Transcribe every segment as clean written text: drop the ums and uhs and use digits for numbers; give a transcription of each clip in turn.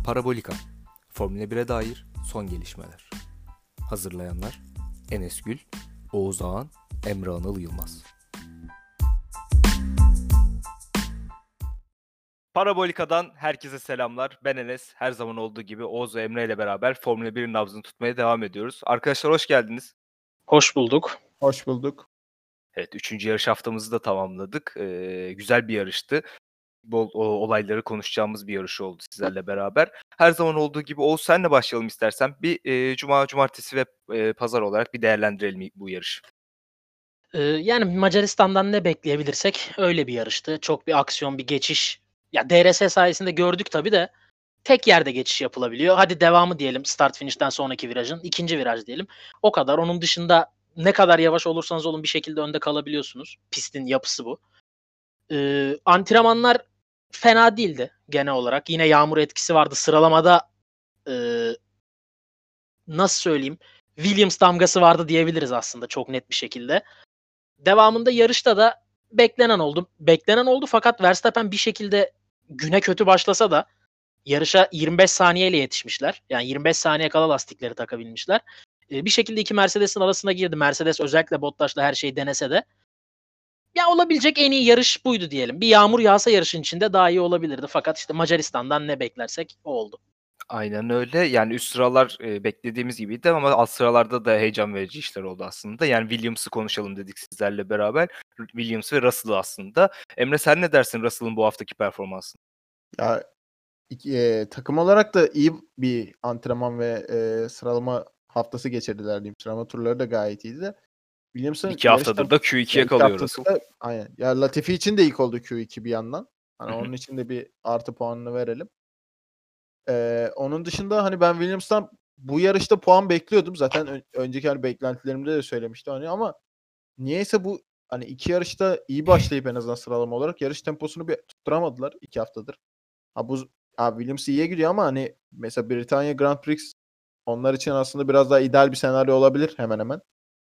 Parabolika, Formula 1'e dair son gelişmeler. Hazırlayanlar Enes Gül, Oğuz Ağan, Emre Anıl Yılmaz. Parabolika'dan herkese selamlar. Ben Enes. Her zaman olduğu gibi Oğuz ve Emre ile beraber Formula 1'in nabzını tutmaya devam ediyoruz. Arkadaşlar hoş geldiniz. Hoş bulduk. Hoş bulduk. Evet, 3. yarış haftamızı da tamamladık. Güzel bir yarıştı. Bol olayları konuşacağımız bir yarış oldu sizlerle beraber. Her zaman olduğu gibi Oğuz senle başlayalım istersen. Bir cuma, cumartesi ve pazar olarak bir değerlendirelim bu yarışı. Yani Macaristan'dan ne bekleyebilirsek öyle bir yarıştı. Çok bir aksiyon, bir geçiş. Ya DRS sayesinde gördük tabii de tek yerde geçiş yapılabiliyor. Hadi devamı diyelim start finish'ten sonraki virajın. İkinci viraj diyelim. O kadar. Onun dışında ne kadar yavaş olursanız olun bir şekilde önde kalabiliyorsunuz. Pistin yapısı bu. Antrenmanlar fena değildi genel olarak. Yine yağmur etkisi vardı. Sıralamada nasıl söyleyeyim? Williams damgası vardı diyebiliriz aslında çok net bir şekilde. Devamında yarışta da beklenen oldu. Beklenen oldu fakat Verstappen bir şekilde güne kötü başlasa da yarışa 25 saniyeyle yetişmişler. Yani 25 saniye kala lastikleri takabilmişler. Bir şekilde iki Mercedes'in arasına girdi. Mercedes özellikle Bottas'la her şeyi denese de. Ya olabilecek en iyi yarış buydu diyelim. Bir yağmur yağsa yarışın içinde daha iyi olabilirdi. Fakat işte Macaristan'dan ne beklersek o oldu. Aynen öyle. Yani üst sıralar beklediğimiz gibiydi ama alt sıralarda da heyecan verici işler oldu aslında. Yani Williams'ı konuşalım dedik sizlerle beraber. Williams ve Russell'ı aslında. Emre sen ne dersin Russell'ın bu haftaki performansına? Ya takım olarak da iyi bir antrenman ve sıralama haftası geçirdiler diyeyim. Sıralama turları da gayet iyiydi de. Williams'ın 2 haftadır da Q2'ye kalıyor Russell. Aynen. Ya Latifi için de ilk oldu Q2 bir yandan. Hani onun için de bir artı puanını verelim. Onun dışında hani ben Williams'tan bu yarışta puan bekliyordum. Zaten önceki hani beklentilerimde de söylemiştim hani ama niyeyse bu hani iki yarışta iyi başlayıp en azından sıralama olarak yarış temposunu bir tutturamadılar 2 haftadır. Williams iyiye gidiyor ama hani mesela Britanya Grand Prix onlar için aslında biraz daha ideal bir senaryo olabilir hemen hemen.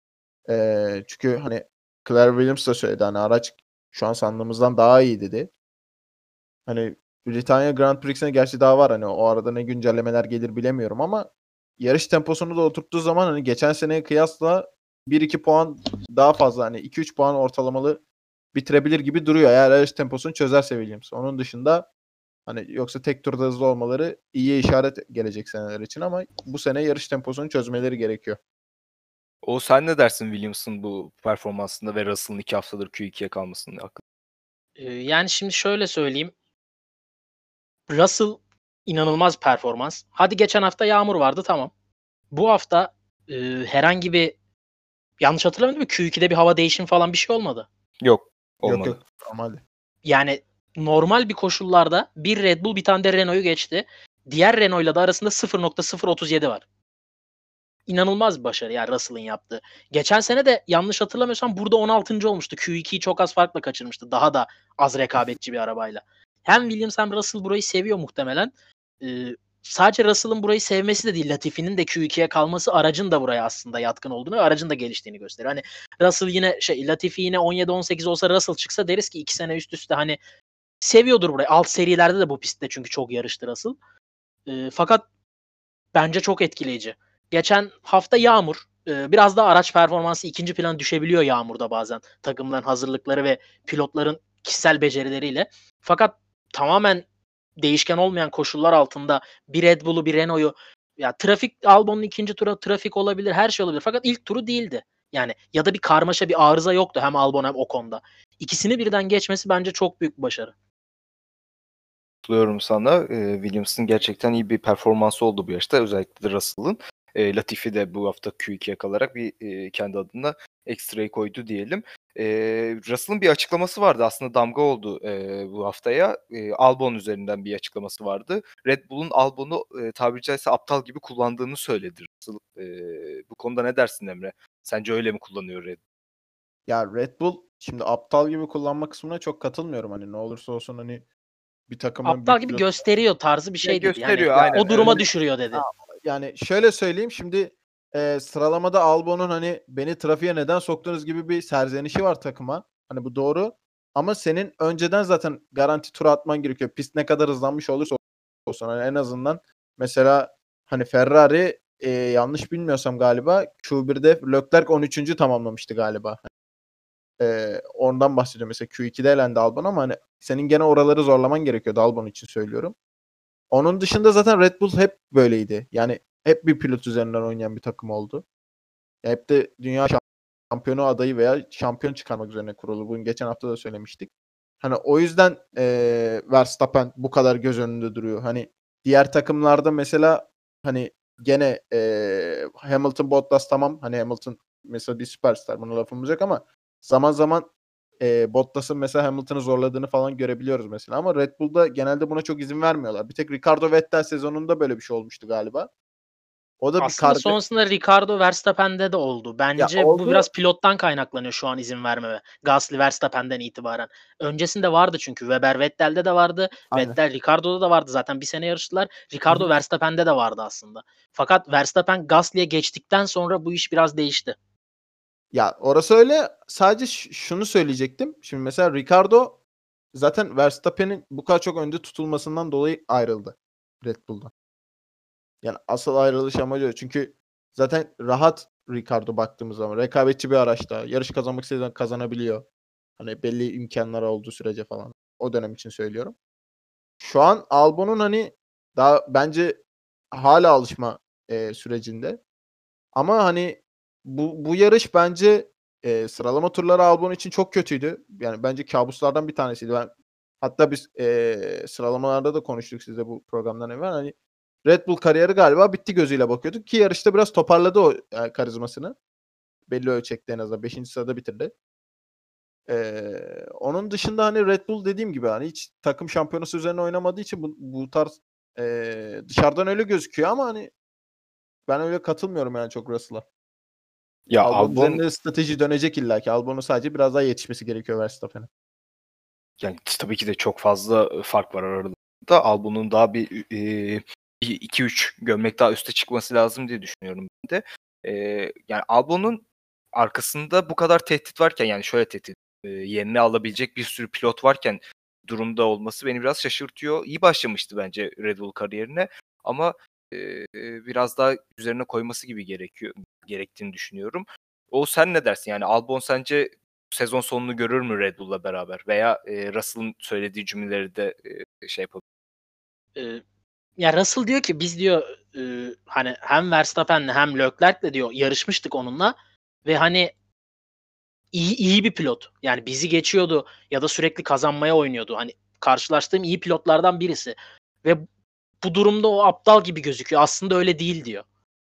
Çünkü hani Claire Williams da söyledi hani araç şu an sandığımızdan daha iyi dedi. Hani Britanya Grand Prix'sine gerçi daha var hani o arada ne güncellemeler gelir bilemiyorum ama yarış temposunu da oturttuğu zaman hani geçen seneye kıyasla 1-2 puan daha fazla hani 2-3 puan ortalamalı bitirebilir gibi duruyor eğer yarış temposunu çözerse Williams. Onun dışında hani yoksa tek turda hızlı olmaları iyiye işaret gelecek seneler için ama bu sene yarış temposunu çözmeleri gerekiyor. O sen ne dersin Williams'ın bu performansında ve Russell'ın 2 haftadır Q2'ye kalmasının hakkında? Yani şimdi şöyle söyleyeyim. Russell inanılmaz performans. Hadi geçen hafta yağmur vardı tamam. Bu hafta herhangi bir yanlış hatırlamıyorum değil mi? Q2'de bir hava değişimi falan bir şey olmadı. Yok, olmadı. Yok normalde. Yani normal bir koşullarda bir Red Bull bir tane de Renault'u geçti. Diğer Renault'la da arasında 0.037 var. İnanılmaz bir başarı yani Russell'ın yaptığı. Geçen sene de yanlış hatırlamıyorsam burada 16. olmuştu. Q2'yi çok az farkla kaçırmıştı. Daha da az rekabetçi bir arabayla. Hem Williams hem Russell burayı seviyor muhtemelen. Sadece Russell'ın burayı sevmesi de değil. Latifi'nin de Q2'ye kalması aracın da buraya aslında yatkın olduğunu ve aracın da geliştiğini gösteriyor. Hani Russell yine Latifi yine 17-18 olsa Russell çıksa deriz ki 2 sene üst üste hani seviyordur burayı. Alt serilerde de bu pistte çünkü çok yarıştı Russell. Fakat bence çok etkileyici. Geçen hafta yağmur. Biraz da araç performansı ikinci plana düşebiliyor yağmurda bazen. Takımların hazırlıkları ve pilotların kişisel becerileriyle. Fakat tamamen değişken olmayan koşullar altında bir Red Bull'u bir Renault'u Albon'un ikinci tura trafik olabilir, her şey olabilir. Fakat ilk turu değildi. Yani ya da bir karmaşa, bir arıza yoktu hem Albon hem Ocon'da. İkisini birden geçmesi bence çok büyük bir başarı. Katılıyorum sana. Williams'ın gerçekten iyi bir performansı oldu bu yarışta. Özellikle de Russell'ın. Latifi de bu hafta Q2'ye kalarak kendi adına ekstrayı koydu diyelim. Russell'ın bir açıklaması vardı. Aslında damga oldu bu haftaya. Albon üzerinden bir açıklaması vardı. Red Bull'un Albon'u tabiri caizse aptal gibi kullandığını söyledi Russell. Bu konuda ne dersin Emre? Sence öyle mi kullanıyor Red Bull? Ya Red Bull şimdi aptal gibi kullanma kısmına çok katılmıyorum. Hani ne olursa olsun hani bir takımın Aptal bir gibi pilot... gösteriyor tarzı bir şey dedi. Gösteriyor Yani aynen. o duruma Öyle düşürüyor dedi. Yani şöyle söyleyeyim şimdi sıralamada Albon'un hani beni trafiğe neden soktunuz gibi bir serzenişi var takıma. Hani bu doğru. Ama senin önceden zaten garanti tura atman gerekiyor. Pist ne kadar hızlanmış olursa olsun. Hani en azından Mesela hani Ferrari yanlış bilmiyorsam galiba Q1'de Leclerc 13. tamamlamıştı galiba. Ondan bahsediyorum. Mesela Q2'de elendi Albon ama hani senin gene oraları zorlaman gerekiyordu, Albon için söylüyorum. Onun dışında zaten Red Bull hep böyleydi. Yani hep bir pilot üzerinden oynayan bir takım oldu. Hep de dünya şampiyonu adayı veya şampiyon çıkarmak üzerine kurulu. Bunu geçen hafta da söylemiştik. Hani o yüzden Verstappen bu kadar göz önünde duruyor. Hani diğer takımlarda mesela hani gene Hamilton, Bottas tamam. Hani Hamilton mesela bir süperstar. Buna lafımız yok ama zaman zaman Bottas'ın mesela Hamilton'ı zorladığını falan görebiliyoruz mesela. Ama Red Bull'da genelde buna çok izin vermiyorlar. Bir tek Ricardo Vettel sezonunda böyle bir şey olmuştu galiba. O da bir Aslında karga... sonrasında Ricardo Verstappen'de de oldu. Ya Bence bu oldu. biraz pilottan kaynaklanıyor şu an izin vermeme. Gasly Verstappen'den itibaren. Öncesinde vardı çünkü. Weber Vettel'de de vardı. Aynen. Vettel Ricardo'da da vardı. Zaten bir sene yarıştılar. Ricardo Hı hı. Verstappen'de de vardı aslında. Fakat Verstappen Gasly'ye geçtikten sonra bu iş biraz değişti. Ya orası öyle. Sadece şunu söyleyecektim. Şimdi mesela Ricardo zaten Verstappen'in bu kadar çok önde tutulmasından dolayı ayrıldı Red Bull'dan. Yani asıl ayrılış amacı o. Çünkü zaten rahat Ricardo baktığımız zaman. Rekabetçi bir araçta. Yarış kazanmak istediği zaman kazanabiliyor. Hani belli imkanları olduğu sürece falan. O dönem için söylüyorum. Şu an Albon'un hani daha bence hala alışma sürecinde. Ama hani bu yarış bence sıralama turları Albon için çok kötüydü. Yani bence kabuslardan bir tanesiydi. Hatta biz sıralamalarda da konuştuk sizle bu programdan evvel. Hani Red Bull kariyeri galiba bitti gözüyle bakıyorduk ki yarışta biraz toparladı o karizmasını. Belli ölçekte en azından 5. sırada bitirdi. Onun dışında hani Red Bull dediğim gibi hani hiç takım şampiyonası üzerine oynamadığı için bu tarz dışarıdan öyle gözüküyor ama hani ben öyle katılmıyorum yani çok Russell'a. Ya Albon Albon üzerinde strateji dönecek illaki. Albon'un sadece biraz daha yetişmesi gerekiyor Verstappen'e. yani tabii ki de çok fazla fark var aralarında. Albon'un daha bir 2-3 gömlek daha üste çıkması lazım diye düşünüyorum ben de. Yani Albon'un arkasında bu kadar tehdit varken, yani şöyle tehdit, yerini alabilecek bir sürü pilot varken durumda olması beni biraz şaşırtıyor. İyi başlamıştı bence Red Bull kariyerine ama biraz daha üzerine koyması gibi gerektiğini düşünüyorum. O, sen ne dersin? Yani Albon sence sezon sonunu görür mü Red Bull'la beraber? Veya Russell'ın söylediği cümleleri de şey yapabilir. Ee, Ya Russell diyor ki biz diyor hani hem Verstappen'le hem Leclerc'le diyor yarışmıştık onunla ve hani iyi bir pilot. Yani bizi geçiyordu ya da sürekli kazanmaya oynuyordu. Hani karşılaştığım iyi pilotlardan birisi. Ve bu durumda o aptal gibi gözüküyor. Aslında öyle değil diyor.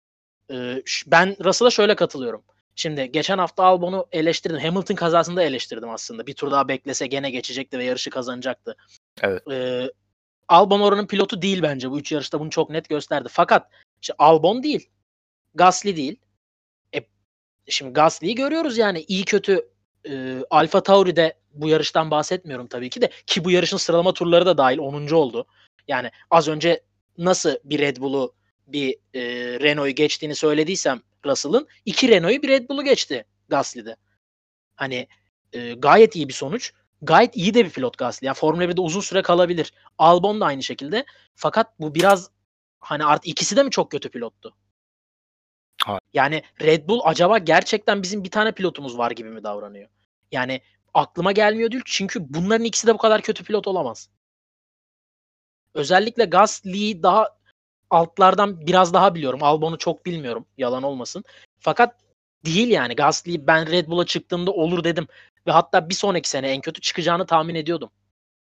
Ben Russell'a şöyle katılıyorum. Şimdi geçen hafta Albon'u eleştirdim. Hamilton kazasında eleştirdim aslında. Bir tur daha beklese gene geçecekti ve yarışı kazanacaktı. Evet. Albon oranın pilotu değil bence. Bu 3 yarışta bunu çok net gösterdi. Fakat işte Albon değil. Gasly değil. Şimdi Gasly'yi görüyoruz yani iyi kötü Alfa Tauri'de bu yarıştan bahsetmiyorum tabii ki de ki bu yarışın sıralama turları da dahil 10. oldu. Yani az önce nasıl bir Red Bull'u bir Renault'u geçtiğini söylediysem Russell'ın 2 Renault'u bir Red Bull'u geçti Gasly'de. Hani gayet iyi bir sonuç. Gayet iyi de bir pilot Gasly. Yani Formula 1'de uzun süre kalabilir. Albon da aynı şekilde. Fakat bu biraz hani artık ikisi de mi çok kötü pilottu? Yani Red Bull acaba gerçekten bizim bir tane pilotumuz var gibi mi davranıyor? Yani aklıma gelmiyor değil çünkü bunların ikisi de bu kadar kötü pilot olamaz. Özellikle Gasly'yi daha altlardan biraz daha biliyorum. Albon'u çok bilmiyorum. Yalan olmasın. Fakat değil yani. Gasly ben Red Bull'a çıktığımda olur dedim. Ve hatta bir sonraki sene en kötü çıkacağını tahmin ediyordum.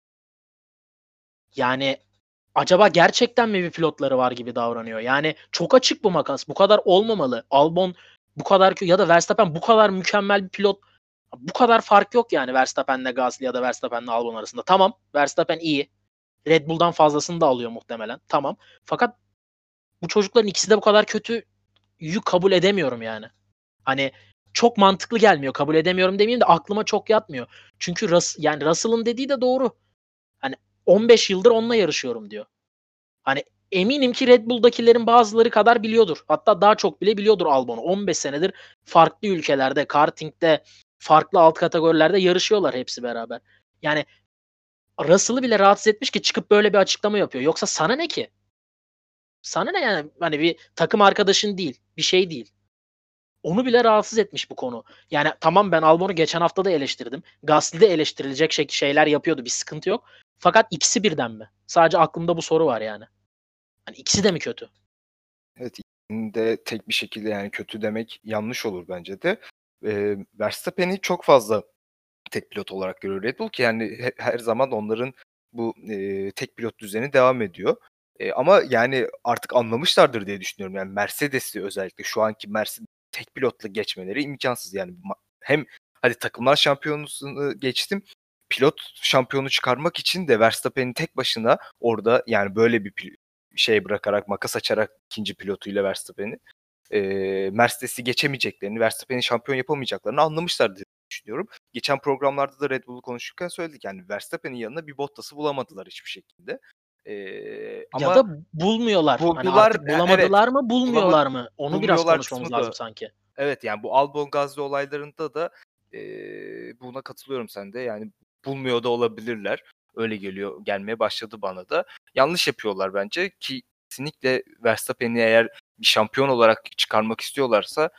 Yani acaba gerçekten mi bir pilotları var gibi davranıyor? Yani çok açık bu makas. Bu kadar olmamalı. Albon bu kadar ya da Verstappen bu kadar mükemmel bir pilot. Bu kadar fark yok yani Verstappen'le Gasly ya da Verstappen'le Albon arasında. Tamam, Verstappen iyi. Red Bull'dan fazlasını da alıyor muhtemelen. Tamam. Fakat bu çocukların ikisi de bu kadar kötüyü kabul edemiyorum yani. Hani çok mantıklı gelmiyor. Kabul edemiyorum demeyeyim de aklıma çok yatmıyor. Çünkü yani Russell'ın dediği de doğru. Hani 15 yıldır onunla yarışıyorum diyor. Hani eminim ki Red Bull'dakilerin bazıları kadar biliyordur. Hatta daha çok bile biliyordur Albon'u. 15 senedir farklı ülkelerde, kartingde, farklı alt kategorilerde yarışıyorlar hepsi beraber. Yani Russell'ı bile rahatsız etmiş ki çıkıp böyle bir açıklama yapıyor. Yoksa sana ne ki? Sana ne yani? Hani bir takım arkadaşın değil. Bir şey değil. Onu bile rahatsız etmiş bu konu. Yani tamam, ben Albon'u geçen hafta da eleştirdim. Gasly de eleştirilecek şeyler yapıyordu. Bir sıkıntı yok. Fakat ikisi birden mi? Sadece aklımda bu soru var yani. Hani ikisi de mi kötü? Evet, ikisini de tek bir şekilde yani kötü demek yanlış olur bence de. Verstappen'i çok fazla tek pilot olarak görüyor Red Bull ki yani her zaman onların bu tek pilot düzeni devam ediyor. Ama yani artık anlamışlardır diye düşünüyorum. Yani Mercedes'i özellikle şu anki Mercedes tek pilotla geçmeleri imkansız. Yani hem hadi takımlar şampiyonluğunu geçtim. Pilot şampiyonu çıkarmak için de Verstappen'in tek başına orada yani böyle bir şey bırakarak makas açarak ikinci pilotuyla Verstappen'i Mercedes'i geçemeyeceklerini, Verstappen'i şampiyon yapamayacaklarını anlamışlar diye düşünüyorum. Geçen programlarda da Red Bull'u konuşurken söyledik. Yani Verstappen'in yanına bir Bottas'ı bulamadılar hiçbir şekilde. Ya Ama da bulmuyorlar. Hani buldular. artık Evet, bulamadılar mı, bulmuyorlar mı? Onu biraz bulmuyorlar konuşmamız kısmı lazım da. sanki. Evet yani bu Albon Gazze olaylarında da buna katılıyorum sen de. Yani bulmuyor da olabilirler. Öyle gelmeye başladı bana da. Yanlış yapıyorlar bence ki kesinlikle Verstappen'i eğer bir şampiyon olarak çıkarmak istiyorlarsa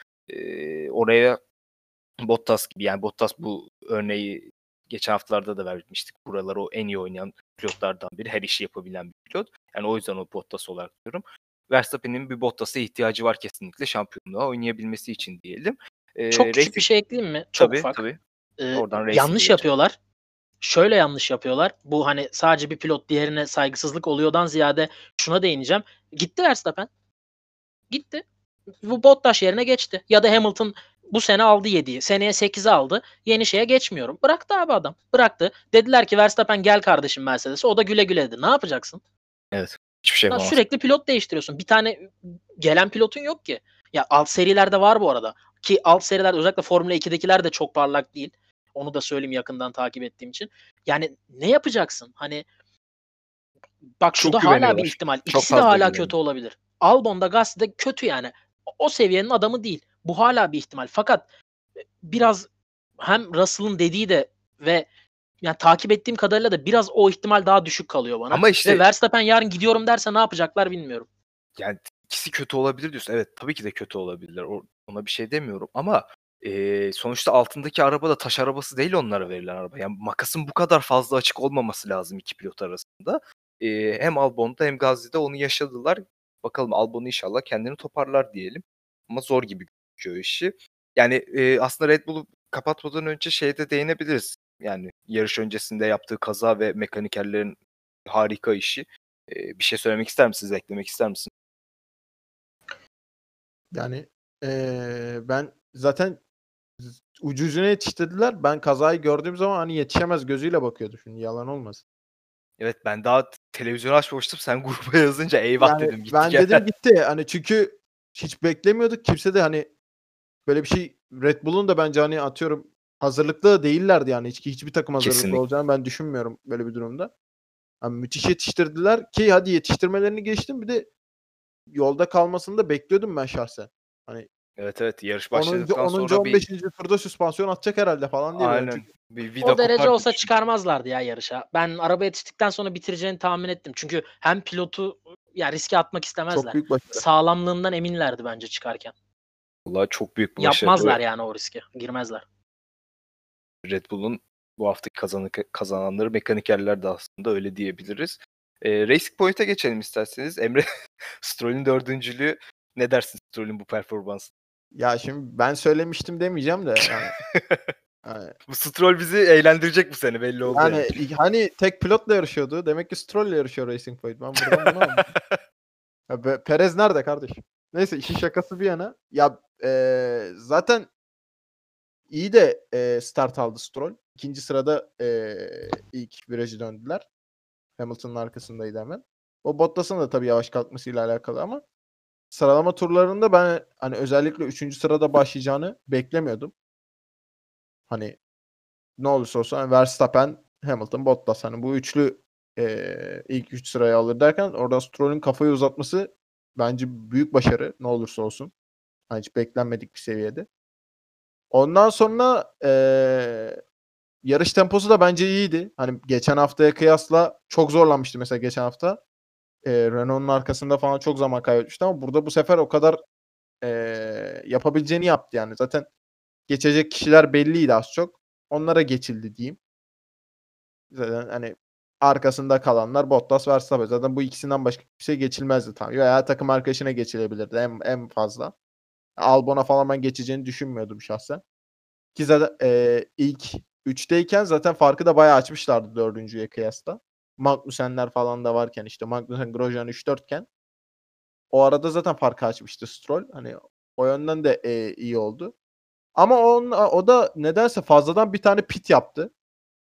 oraya Bottas gibi, yani Bottas bu örneği geçen haftalarda da vermiştik. Buraları o en iyi oynayan pilotlardan biri. Her işi yapabilen bir pilot. Yani o yüzden o Bottas olarak diyorum. Verstappen'in bir Bottas'a ihtiyacı var kesinlikle şampiyonluğa oynayabilmesi için diyelim. Çok küçük bir Racing şey ekleyeyim mi? Çok tabii ufak. tabii. Oradan Racing'e Yanlış geçelim. yapıyorlar. Şöyle yanlış yapıyorlar. Bu hani sadece bir pilot diğerine saygısızlık oluyordan ziyade şuna değineceğim. Gitti Verstappen. Gitti. Bu Bottas yerine geçti. Ya da Hamilton bu sene aldı 7'yi. Seneye 8'i aldı. Yeni şeye geçmiyorum. Bıraktı abi adam. Bıraktı. Dediler ki Verstappen gel kardeşim Mercedes'e. O da güle güle dedi. Ne yapacaksın? Evet. Hiçbir şey Lan yapamaz. sürekli pilot değiştiriyorsun. Bir tane gelen pilotun yok ki. Ya alt serilerde var bu arada. Ki alt serilerde özellikle Formula 2'dekiler de çok parlak değil. Onu da söyleyeyim yakından takip ettiğim için. Yani ne yapacaksın? Hani bak şu Çok da hala bir güveniyorlar. ihtimal. Çok İkisi de fazla hala güveniyor. kötü olabilir. Albon da Gasly de kötü yani. O seviyenin adamı değil. Bu hala bir ihtimal. Fakat biraz hem Russell'ın dediği de ve yani takip ettiğim kadarıyla da biraz o ihtimal daha düşük kalıyor bana. Ama Ve işte Verstappen yarın gidiyorum derse ne yapacaklar bilmiyorum. yani ikisi kötü olabilir diyorsun. Evet tabii ki de kötü olabilirler. Ona bir şey demiyorum ama sonuçta altındaki araba da taş arabası değil onlara verilen araba. Yani makasın bu kadar fazla açık olmaması lazım iki pilot arasında. Hem Albon'da hem Gasly'de onu yaşadılar. Bakalım Albon inşallah kendini toparlar diyelim. Ama zor gibi gözüküyor işi. Yani aslında Red Bull'u kapatmadan önce şeye de değinebiliriz. Yani yarış öncesinde yaptığı kaza ve mekanikerlerin harika işi. Bir şey söylemek ister misiniz? Eklemek ister misiniz? Yani ben zaten ucu ucuna yetiştirdiler. Ben kazayı gördüğüm zaman hani yetişemez gözüyle bakıyordu. Şimdi yalan olmasın. Evet ben daha televizyonu açmamıştım. Sen gruba yazınca eyvah Yani dedim gitti ben gel. dedim gitti. Hani çünkü hiç beklemiyorduk. Kimse de hani böyle bir şey Red Bull'un da bence hani atıyorum hazırlıklı değillerdi yani. Hiçbir takım hazırlıklı Kesinlikle. olacağını ben düşünmüyorum böyle bir durumda. Hani müthiş yetiştirdiler ki hadi yetiştirmelerini geçtim. Bir de yolda kalmasını da bekliyordum ben şahsen. Hani Evet yarış 10. başladıktan 10. sonra bir 15. turda süspansiyon atacak herhalde falan diye böyle. aynen Çünkü bir vida O derece kopar olsa düşün. çıkarmazlardı ya yarışa. Ben araba yetiştikten sonra bitireceğini tahmin ettim. Çünkü hem pilotu ya riske atmak çok istemezler. büyük başarı. Sağlamlığından eminlerdi bence çıkarken. Vallahi çok büyük bir başarı. Yapmazlar yani o riski. Girmezler. Red Bull'un bu haftaki kazananları mekanikerler de aslında öyle diyebiliriz. Racing Point'e geçelim isterseniz. Emre Stroll'ün dördüncülüğü ne dersin Stroll'ün bu performansı? Ya şimdi ben söylemiştim demeyeceğim de yani Bu Stroll bizi eğlendirecek bu sene belli oldu yani. hani tek pilotla yarışıyordu. Demek ki Stroll'le yarışıyor Racing Point. Ben buradan bunu anladım. Ya Perez nerede kardeşim? Neyse işin şakası bir yana. Ya zaten iyi de start aldı Stroll. İkinci sırada ilk virajı döndüler. Hamilton'ın arkasındaydı hemen. O Bottas'ın da tabii yavaş kalkmasıyla alakalı ama sıralama turlarında ben hani özellikle 3. sırada başlayacağını beklemiyordum. Hani ne olursa olsun hani Verstappen, Hamilton, Bottas hani bu üçlü ilk 3 sırayı alır derken orada Stroll'ün kafayı uzatması bence büyük başarı ne olursa olsun. Hani hiç beklenmedik bir seviyede. Ondan sonra yarış temposu da bence iyiydi. Hani geçen haftaya kıyasla çok zorlanmıştı mesela geçen hafta. Renault'un arkasında falan çok zaman kaybetmişti ama burada bu sefer o kadar yapabileceğini yaptı yani. Zaten geçecek kişiler belliydi az çok. Onlara geçildi diyeyim. Zaten hani arkasında kalanlar Bottas, Verstappen. Zaten bu ikisinden başka bir şey geçilmezdi tam. Veya takım arkadaşına geçilebilirdi en fazla. Albon'a falan ben geçeceğini düşünmüyordum şahsen. Ki zaten ilk 3'teyken zaten farkı da bayağı açmışlardı 4.'ye kıyasla. Magnussen'ler falan da varken işte Magnussen, Grosjean 3-4 iken o arada zaten farkı açmıştı Stroll. Hani o yönden de iyi oldu. Ama o da nedense fazladan bir tane pit yaptı.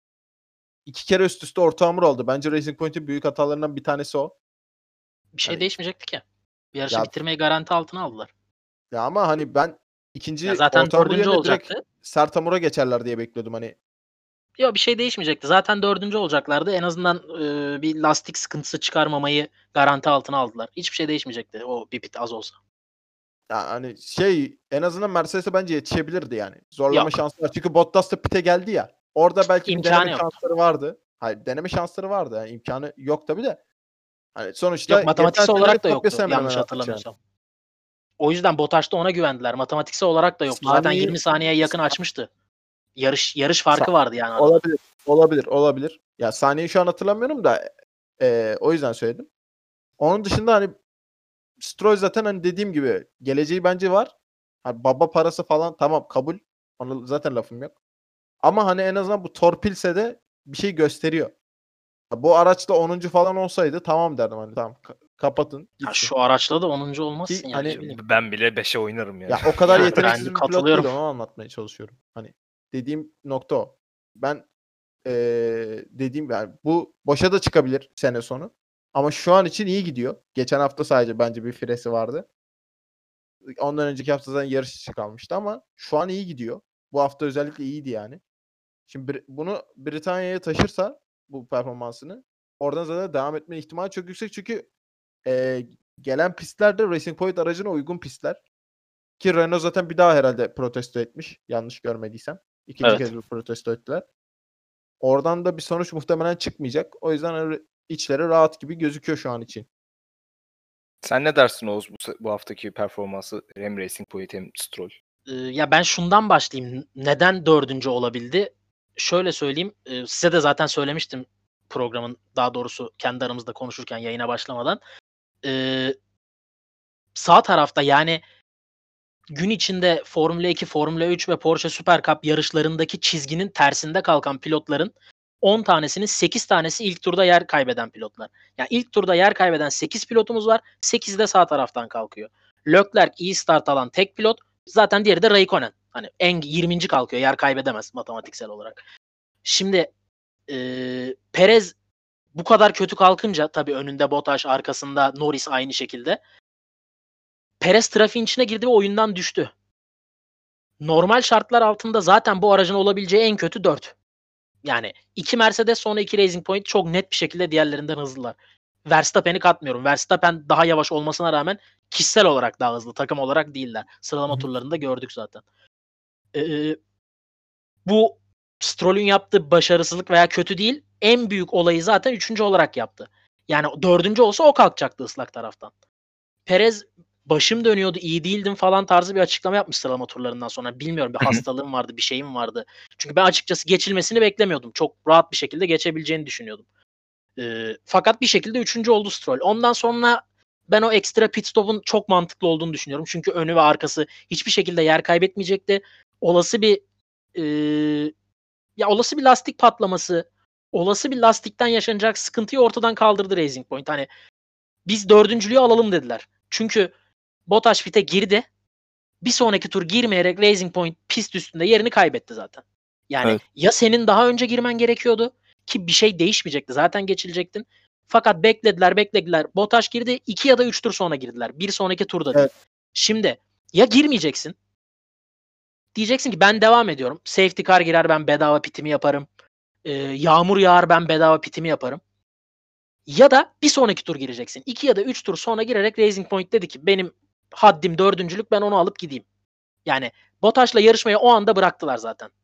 2 kere üst üste orta hamur aldı. Bence Racing Point'in büyük hatalarından bir tanesi o. Bir şey Hani değişmeyecekti ki. Yarışı ya, bitirmeyi garanti altına aldılar. ya ama hani ben Ya ikinci zaten orta hamur dördüncü yerine direkt olacaktı. sert hamura geçerler diye bekliyordum hani. Yok bir şey değişmeyecekti. Zaten dördüncü olacaklardı. En azından bir lastik sıkıntısı çıkarmamayı garanti altına aldılar. Hiçbir şey değişmeyecekti o bir pit az olsa. Ya hani en azından Mercedes'e bence yetişebilirdi yani. Zorlama Yok. şansı var. Çünkü Bottas da pit'e geldi ya. Orada belki bir İmkanı deneme yoktu. şansları vardı. Hayır, deneme şansları vardı. Yani imkanı yok tabii de. Hani sonuçta Yok geçen matematiksel senenin olarak da kopyası yoktu hemen hemen yanlış atmış yani. hatırlamıyorsam. O yüzden Bottas'ta ona güvendiler. Matematiksel olarak da yoktu. Zaten Saniye 20 saniyeye yakın açmıştı. Yarış farkı vardı yani arada. olabilir. Ya saniyeyi şu an hatırlamıyorum da o yüzden söyledim. Onun dışında hani Stroll zaten hani dediğim gibi geleceği bence var. Hani baba parası falan tamam kabul. Ona zaten lafım yok. Ama hani en azından bu torpilse de bir şey gösteriyor. Bu araçla 10. falan olsaydı tamam derdim hani tamam kapatın Ya gitsin. şu araçla da 10. Ki olmazsın yani ne hani bileyim. Ben bile 5'e oynarım yani. ya o kadar Yani yeteneksiz ben bir pilot değil, katılıyorum. onu anlatmaya çalışıyorum. Hani dediğim nokta o. Ben dediğim yani bu boşa da çıkabilir sene sonu. Ama şu an için iyi gidiyor. Geçen hafta sadece bence bir firesi vardı. Ondan önceki hafta zaten yarış dışı kalmıştı ama şu an iyi gidiyor. Bu hafta özellikle iyiydi yani. Şimdi bunu Britanya'ya taşırsa bu performansını oradan zaten devam etme ihtimali çok yüksek. Çünkü gelen pistler de Racing Point aracına uygun pistler. Ki Renault zaten bir daha herhalde protesto etmiş. Yanlış görmediysem. İkinci Evet. kez bir protesto ettiler. Oradan da bir sonuç muhtemelen çıkmayacak. O yüzden hani içleri rahat gibi gözüküyor şu an için. Sen ne dersin Oğuz bu haftaki performansı hem Racing Point hem Stroll? Ya ben şundan başlayayım. Neden dördüncü olabildi? Şöyle söyleyeyim. Size de zaten söylemiştim programın daha doğrusu kendi aramızda konuşurken yayına başlamadan. Sağ tarafta yani gün içinde Formula 2, Formula 3 ve Porsche Super Cup yarışlarındaki çizginin tersinde kalkan pilotların 10 tanesinin 8 tanesi ilk turda yer kaybeden pilotlar. Yani ilk turda yer kaybeden 8 pilotumuz var. 8 de sağ taraftan kalkıyor. Leclerc iyi start alan tek pilot. Zaten diğeri de Raikkonen. Hani en 20. kalkıyor. Yer kaybedemez matematiksel olarak. Şimdi Perez bu kadar kötü kalkınca tabii önünde Bottas, arkasında Norris aynı şekilde. Perez trafiğin içine girdi ve oyundan düştü. Normal şartlar altında zaten bu aracın olabileceği en kötü 4. Yani 2 Mercedes sonra 2 Racing Point çok net bir şekilde diğerlerinden hızlılar. Verstappen'i katmıyorum. Verstappen daha yavaş olmasına rağmen kişisel olarak daha hızlı. Takım olarak değiller. Sıralama turlarında gördük zaten. Bu Stroll'ün yaptığı başarısızlık veya kötü değil. En büyük olayı zaten 3. olarak yaptı. Yani 4. olsa o kalkacaktı ıslak taraftan. Perez başım dönüyordu, iyi değildim falan tarzı bir açıklama yapmış sıralama turlarından sonra. Bilmiyorum bir hastalığım vardı, bir şeyim vardı. Çünkü ben açıkçası geçilmesini beklemiyordum. Çok rahat bir şekilde geçebileceğini düşünüyordum. Fakat bir şekilde 3. oldu Stroll. Ondan sonra ben o ekstra pit stop'un çok mantıklı olduğunu düşünüyorum. Çünkü önü ve arkası hiçbir şekilde yer kaybetmeyecekti. Olası bir olası bir lastik patlaması, olası bir lastikten yaşanacak sıkıntıyı ortadan kaldırdı Racing Point. Hani biz 4.'lüğü alalım dediler. Çünkü Bottas pit'e girdi. Bir sonraki tur girmeyerek Racing Point pist üstünde yerini kaybetti zaten. Yani Evet. ya senin daha önce girmen gerekiyordu ki bir şey değişmeyecekti. Zaten geçilecektin. Fakat beklediler. Bottas girdi. 2 ya da 3 tur sonra girdiler. Bir sonraki turda değil. Evet. Şimdi ya girmeyeceksin. Diyeceksin ki ben devam ediyorum. Safety car girer ben bedava pitimi yaparım. Yağmur yağar ben bedava pitimi yaparım. Ya da bir sonraki tur gireceksin. 2 ya da 3 tur sonra girerek Racing Point dedi ki benim haddim 4'lük ben onu alıp gideyim. Yani Bottas'la yarışmayı o anda bıraktılar zaten.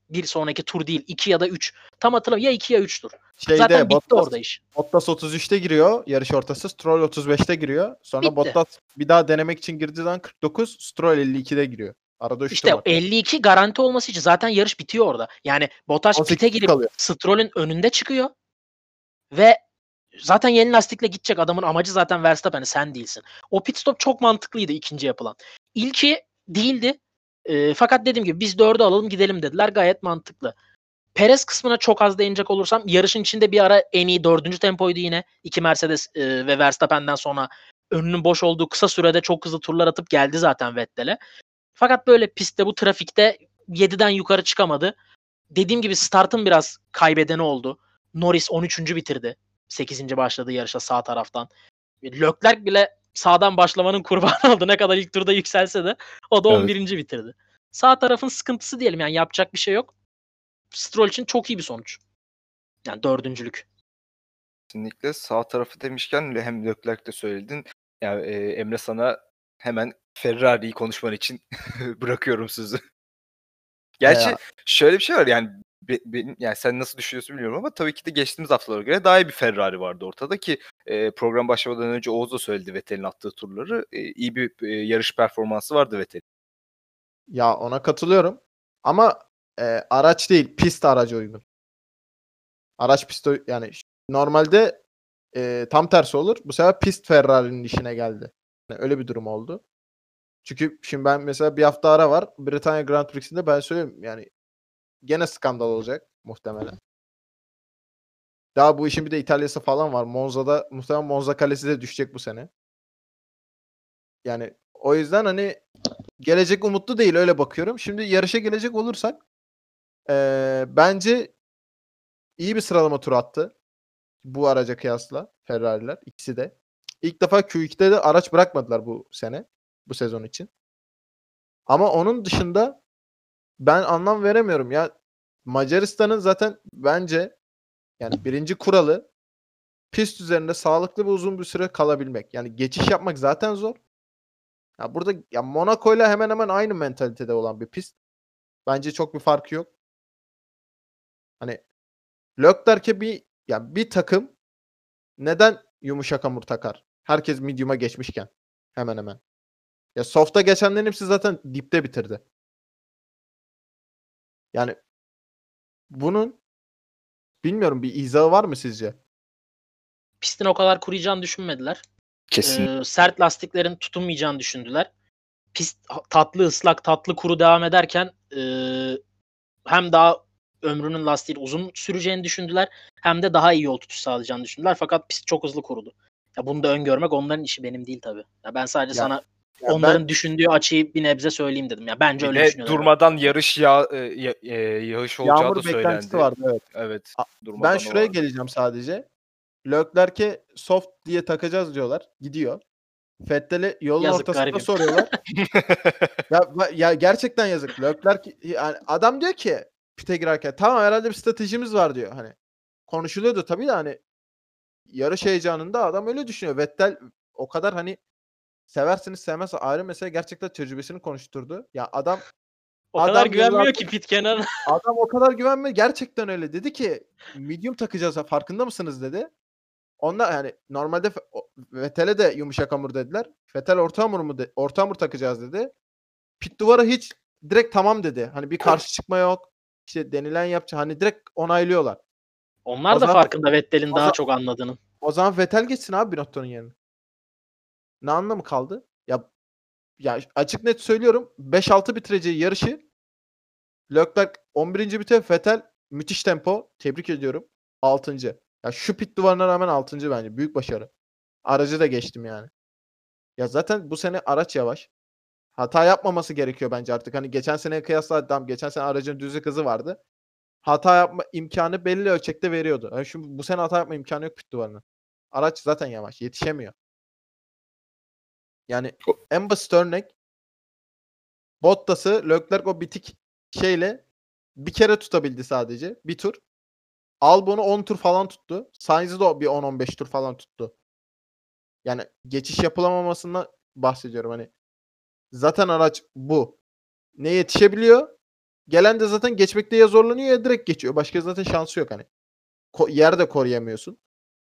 Bir sonraki tur değil. 2 ya da 3. Tam hatırlamıyorum. Ya 2 ya 3 tur. Şeyde Zaten bitti Bottas, orada iş. Bottas 33'te giriyor yarış ortası. Stroll 35'te giriyor. Sonra Bitti. Bottas bir daha denemek için girdiği zaman 49. Stroll 52'de giriyor. Arada 3 tur İşte var. 52 garanti olması için zaten yarış bitiyor orada. Yani Bottas 18 pite girip kalıyor. Stroll'ün önünde çıkıyor ve zaten yeni lastikle gidecek, adamın amacı zaten Verstappen, sen değilsin. O pit stop çok mantıklıydı ikinci yapılan. İlki değildi. Fakat dediğim gibi biz 4'ü alalım gidelim dediler. Gayet mantıklı. Perez kısmına çok az değinecek olursam, yarışın içinde bir ara en iyi 4. tempoydu yine. 2 Mercedes ve Verstappen'den sonra önünün boş olduğu kısa sürede çok hızlı turlar atıp geldi zaten Vettel'e. Fakat böyle pistte, bu trafikte 7'den yukarı çıkamadı. Dediğim gibi startın biraz kaybedeni oldu. Norris 13. bitirdi. 8. başladığı yarışa sağ taraftan. Leclerc bile sağdan başlamanın kurbanı oldu. Ne kadar ilk turda yükselse de o da 11. bitirdi. Sağ tarafın sıkıntısı diyelim, yani yapacak bir şey yok. Stroll için çok iyi bir sonuç. Yani 4'üncülük. Kesinlikle. Sağ tarafı demişken hem Leclerc'te söyledin. Yani Emre, sana hemen Ferrari'yi konuşman için bırakıyorum sözü. Gerçi şöyle bir şey var, yani yani sen nasıl düşünüyorsun bilmiyorum ama tabii ki de geçtiğimiz haftalara göre daha iyi bir Ferrari vardı ortada ki program başlamadan önce Oğuz da söyledi Vettel'in attığı turları. İyi bir yarış performansı vardı Vettel'in. Ya ona katılıyorum. Ama araç değil, pist araca uygun. Araç pist yani normalde tam tersi olur. Bu sefer pist Ferrari'nin işine geldi. Yani öyle bir durum oldu. Çünkü şimdi ben mesela bir hafta ara var. Britanya Grand Prix'sinde ben söyleyeyim yani gene skandal olacak muhtemelen. Daha bu işin bir de İtalya'sı falan var. Monza'da muhtemelen Monza kalesi de düşecek bu sene. Yani o yüzden hani gelecek umutlu değil, öyle bakıyorum. Şimdi yarışa gelecek olursak bence iyi bir sıralama turu attı. Bu araca kıyasla Ferrari'ler ikisi de. İlk defa Q2'de de araç bırakmadılar bu sene. Bu sezon için. Ama onun dışında ben anlam veremiyorum ya. Macaristan'ın zaten bence yani birinci kuralı pist üzerinde sağlıklı ve uzun bir süre kalabilmek. Yani geçiş yapmak zaten zor. Ya burada ya Monaco'yla hemen hemen aynı mentalitede olan bir pist. Bence çok bir farkı yok. Hani Leclerc'e bir takım neden yumuşak hamur takar? Herkes medium'a geçmişken hemen hemen. Ya soft'a geçenlerin hepsi zaten dipte bitirdi. Yani bunun bilmiyorum bir izahı var mı sizce? Pistin o kadar kuruyacağını düşünmediler. Kesin. Sert lastiklerin tutunmayacağını düşündüler. Pist tatlı ıslak, tatlı kuru devam ederken hem daha ömrünün lastiği uzun süreceğini düşündüler, hem de daha iyi yol tutuş sağlayacağını düşündüler. Fakat pist çok hızlı kurudu. Ya bunu da öngörmek onların işi, benim değil tabii. Ya ben sadece sana onların düşündüğü açıyı bir nebze söyleyeyim dedim. Ya bence öyle Bir de düşünüyorlar. durmadan yarış yağış olacağı Yağmur da beklentisi söylendi. vardı, evet. Evet. Ben Durmadan o şuraya vardı. geleceğim sadece. Leclerc'e soft diye takacağız diyorlar. Gidiyor. Vettel'e yolun Yazık, ortasında garibim. soruyorlar. ya gerçekten yazık. Leclerc yani adam diyor ki pite girerken tamam herhalde bir stratejimiz var diyor. Hani konuşuluyordu tabii de hani yarış heyecanında adam öyle düşünüyor. Vettel o kadar hani seversiniz sevmezseniz ayrı mesele, gerçekten tecrübesini konuşturdu. Ya adam O kadar adam güvenmiyor yıllardır ki pit kenarına. adam o kadar güvenmiyor. Gerçekten öyle. Dedi ki medium takacağız farkında mısınız dedi. Onlar yani normalde Vettel'e de yumuşak hamur dediler. Vettel orta hamur mu orta hamur takacağız dedi. Pit duvara hiç direkt tamam dedi. Hani bir karşı çıkma yok. İşte denilen yapacak. Hani direkt onaylıyorlar. Onlar O da zaman farkında Vettel'in o daha zaman, çok anladığının. o zaman Vettel geçsin abi Binotto'nun yerine. Ne anlamı kaldı? Ya açık net söylüyorum. 5-6 bitireceği yarışı Leclerc 11. bitiyor. Vettel müthiş tempo. Tebrik ediyorum. 6. Ya şu pit duvarına rağmen 6. bence. Büyük başarı. Aracı da geçtim yani. Ya zaten bu sene araç yavaş. Hata yapmaması gerekiyor bence artık. Hani geçen seneye kıyasla tam geçen sene aracın düzlük hızı vardı. Hata yapma imkanı belli ölçekte veriyordu. Yani şimdi bu sene hata yapma imkanı yok pit duvarına. Araç zaten yavaş. Yetişemiyor. Yani en basit örnek Bottas'ı Leclerc o bitik şeyle bir kere tutabildi sadece. Bir tur. Albon'u 10 tur falan tuttu. Sainz'i de bir 10-15 tur falan tuttu. Yani geçiş yapılamamasından bahsediyorum. Hani zaten araç bu. Ne yetişebiliyor Gelen de zaten geçmekte ya zorlanıyor ya direkt geçiyor. Başka zaten şansı yok hani. Yer de koruyamıyorsun.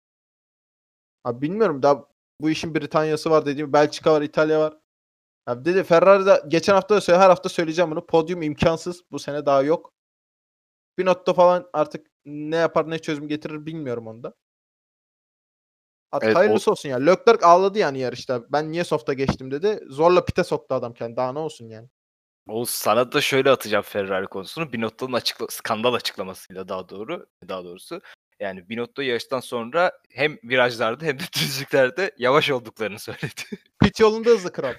Abi bilmiyorum daha bu işin Britanya'sı var dediğim Belçika var, İtalya var. Abi dedi Ferrari'de geçen hafta da her hafta söyleyeceğim bunu. Podyum imkansız. Bu sene daha yok. Binotto falan artık ne yapar ne çözüm getirir bilmiyorum onda. Artık Evet, hayırlısı olsun ya. Leclerc ağladı yani yarışta. Ben niye soft'a geçtim dedi. Zorla pite soktu adam kendini. Daha ne olsun yani. Oğuz sana da şöyle atacağım Ferrari konusunu. Binotto'nun skandal açıklamasıyla daha doğrusu. Yani Binotto yarıştan sonra hem virajlarda hem de düzlüklerde yavaş olduklarını söyledi. Pit yolunda hızlı kral.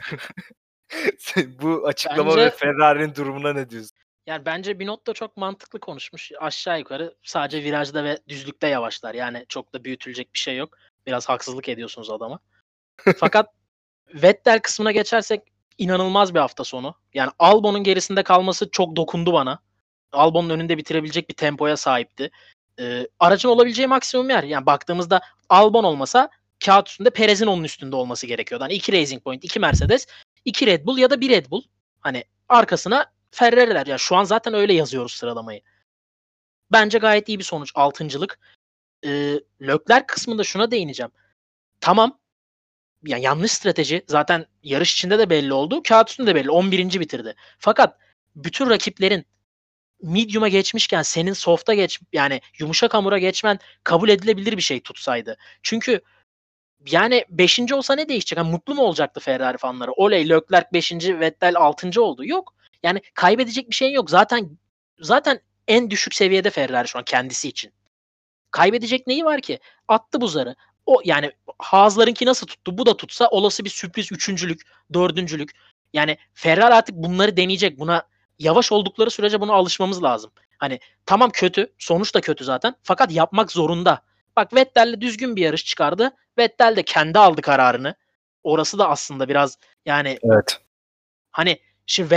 Bu açıklama ve Bence Ferrari'nin durumuna ne diyorsun? yani bence Binotto çok mantıklı konuşmuş. Aşağı yukarı sadece virajda ve düzlükte yavaşlar. Yani çok da büyütülecek bir şey yok. Biraz haksızlık ediyorsunuz adama. Fakat Vettel kısmına geçersek inanılmaz bir hafta sonu. Yani Albon'un gerisinde kalması çok dokundu bana. Albon'un önünde bitirebilecek bir tempoya sahipti. Aracın olabileceği maksimum yer. Yani baktığımızda Albon olmasa kağıt üstünde Perez'in onun üstünde olması gerekiyordu. Hani 2 Racing Point, 2 Mercedes, 2 Red Bull ya da 1 Red Bull. Hani arkasına Ferrari'ler. Yani şu an zaten öyle yazıyoruz sıralamayı. Bence gayet iyi bir sonuç. 6.'lık. Leclerc kısmında şuna değineceğim. Tamam. Yani yanlış strateji. Zaten yarış içinde de belli oldu. Kağıt üstünde de belli. 11. bitirdi. Fakat bütün rakiplerin medium'a geçmişken senin soft'a yani yumuşak hamura geçmen kabul edilebilir bir şey tutsaydı. Çünkü yani 5. olsa ne değişecek? Yani mutlu mu olacaktı Ferrari fanları? Oley Leclerc 5. Vettel 6. oldu. Yok. Yani kaybedecek bir şeyin yok. Zaten en düşük seviyede Ferrari şu an kendisi için. Kaybedecek neyi var ki? Attı buzları. O yani Haas'larınki nasıl tuttu? Bu da tutsa olası bir sürpriz 3.'lük, 4.'lük. Yani Ferrari artık bunları deneyecek. Buna yavaş oldukları sürece buna alışmamız lazım. Hani tamam kötü. Sonuç da kötü zaten. Fakat yapmak zorunda. Bak Vettel'le düzgün bir yarış çıkardı. Vettel de kendi aldı kararını. Orası da aslında biraz yani Evet. hani şimdi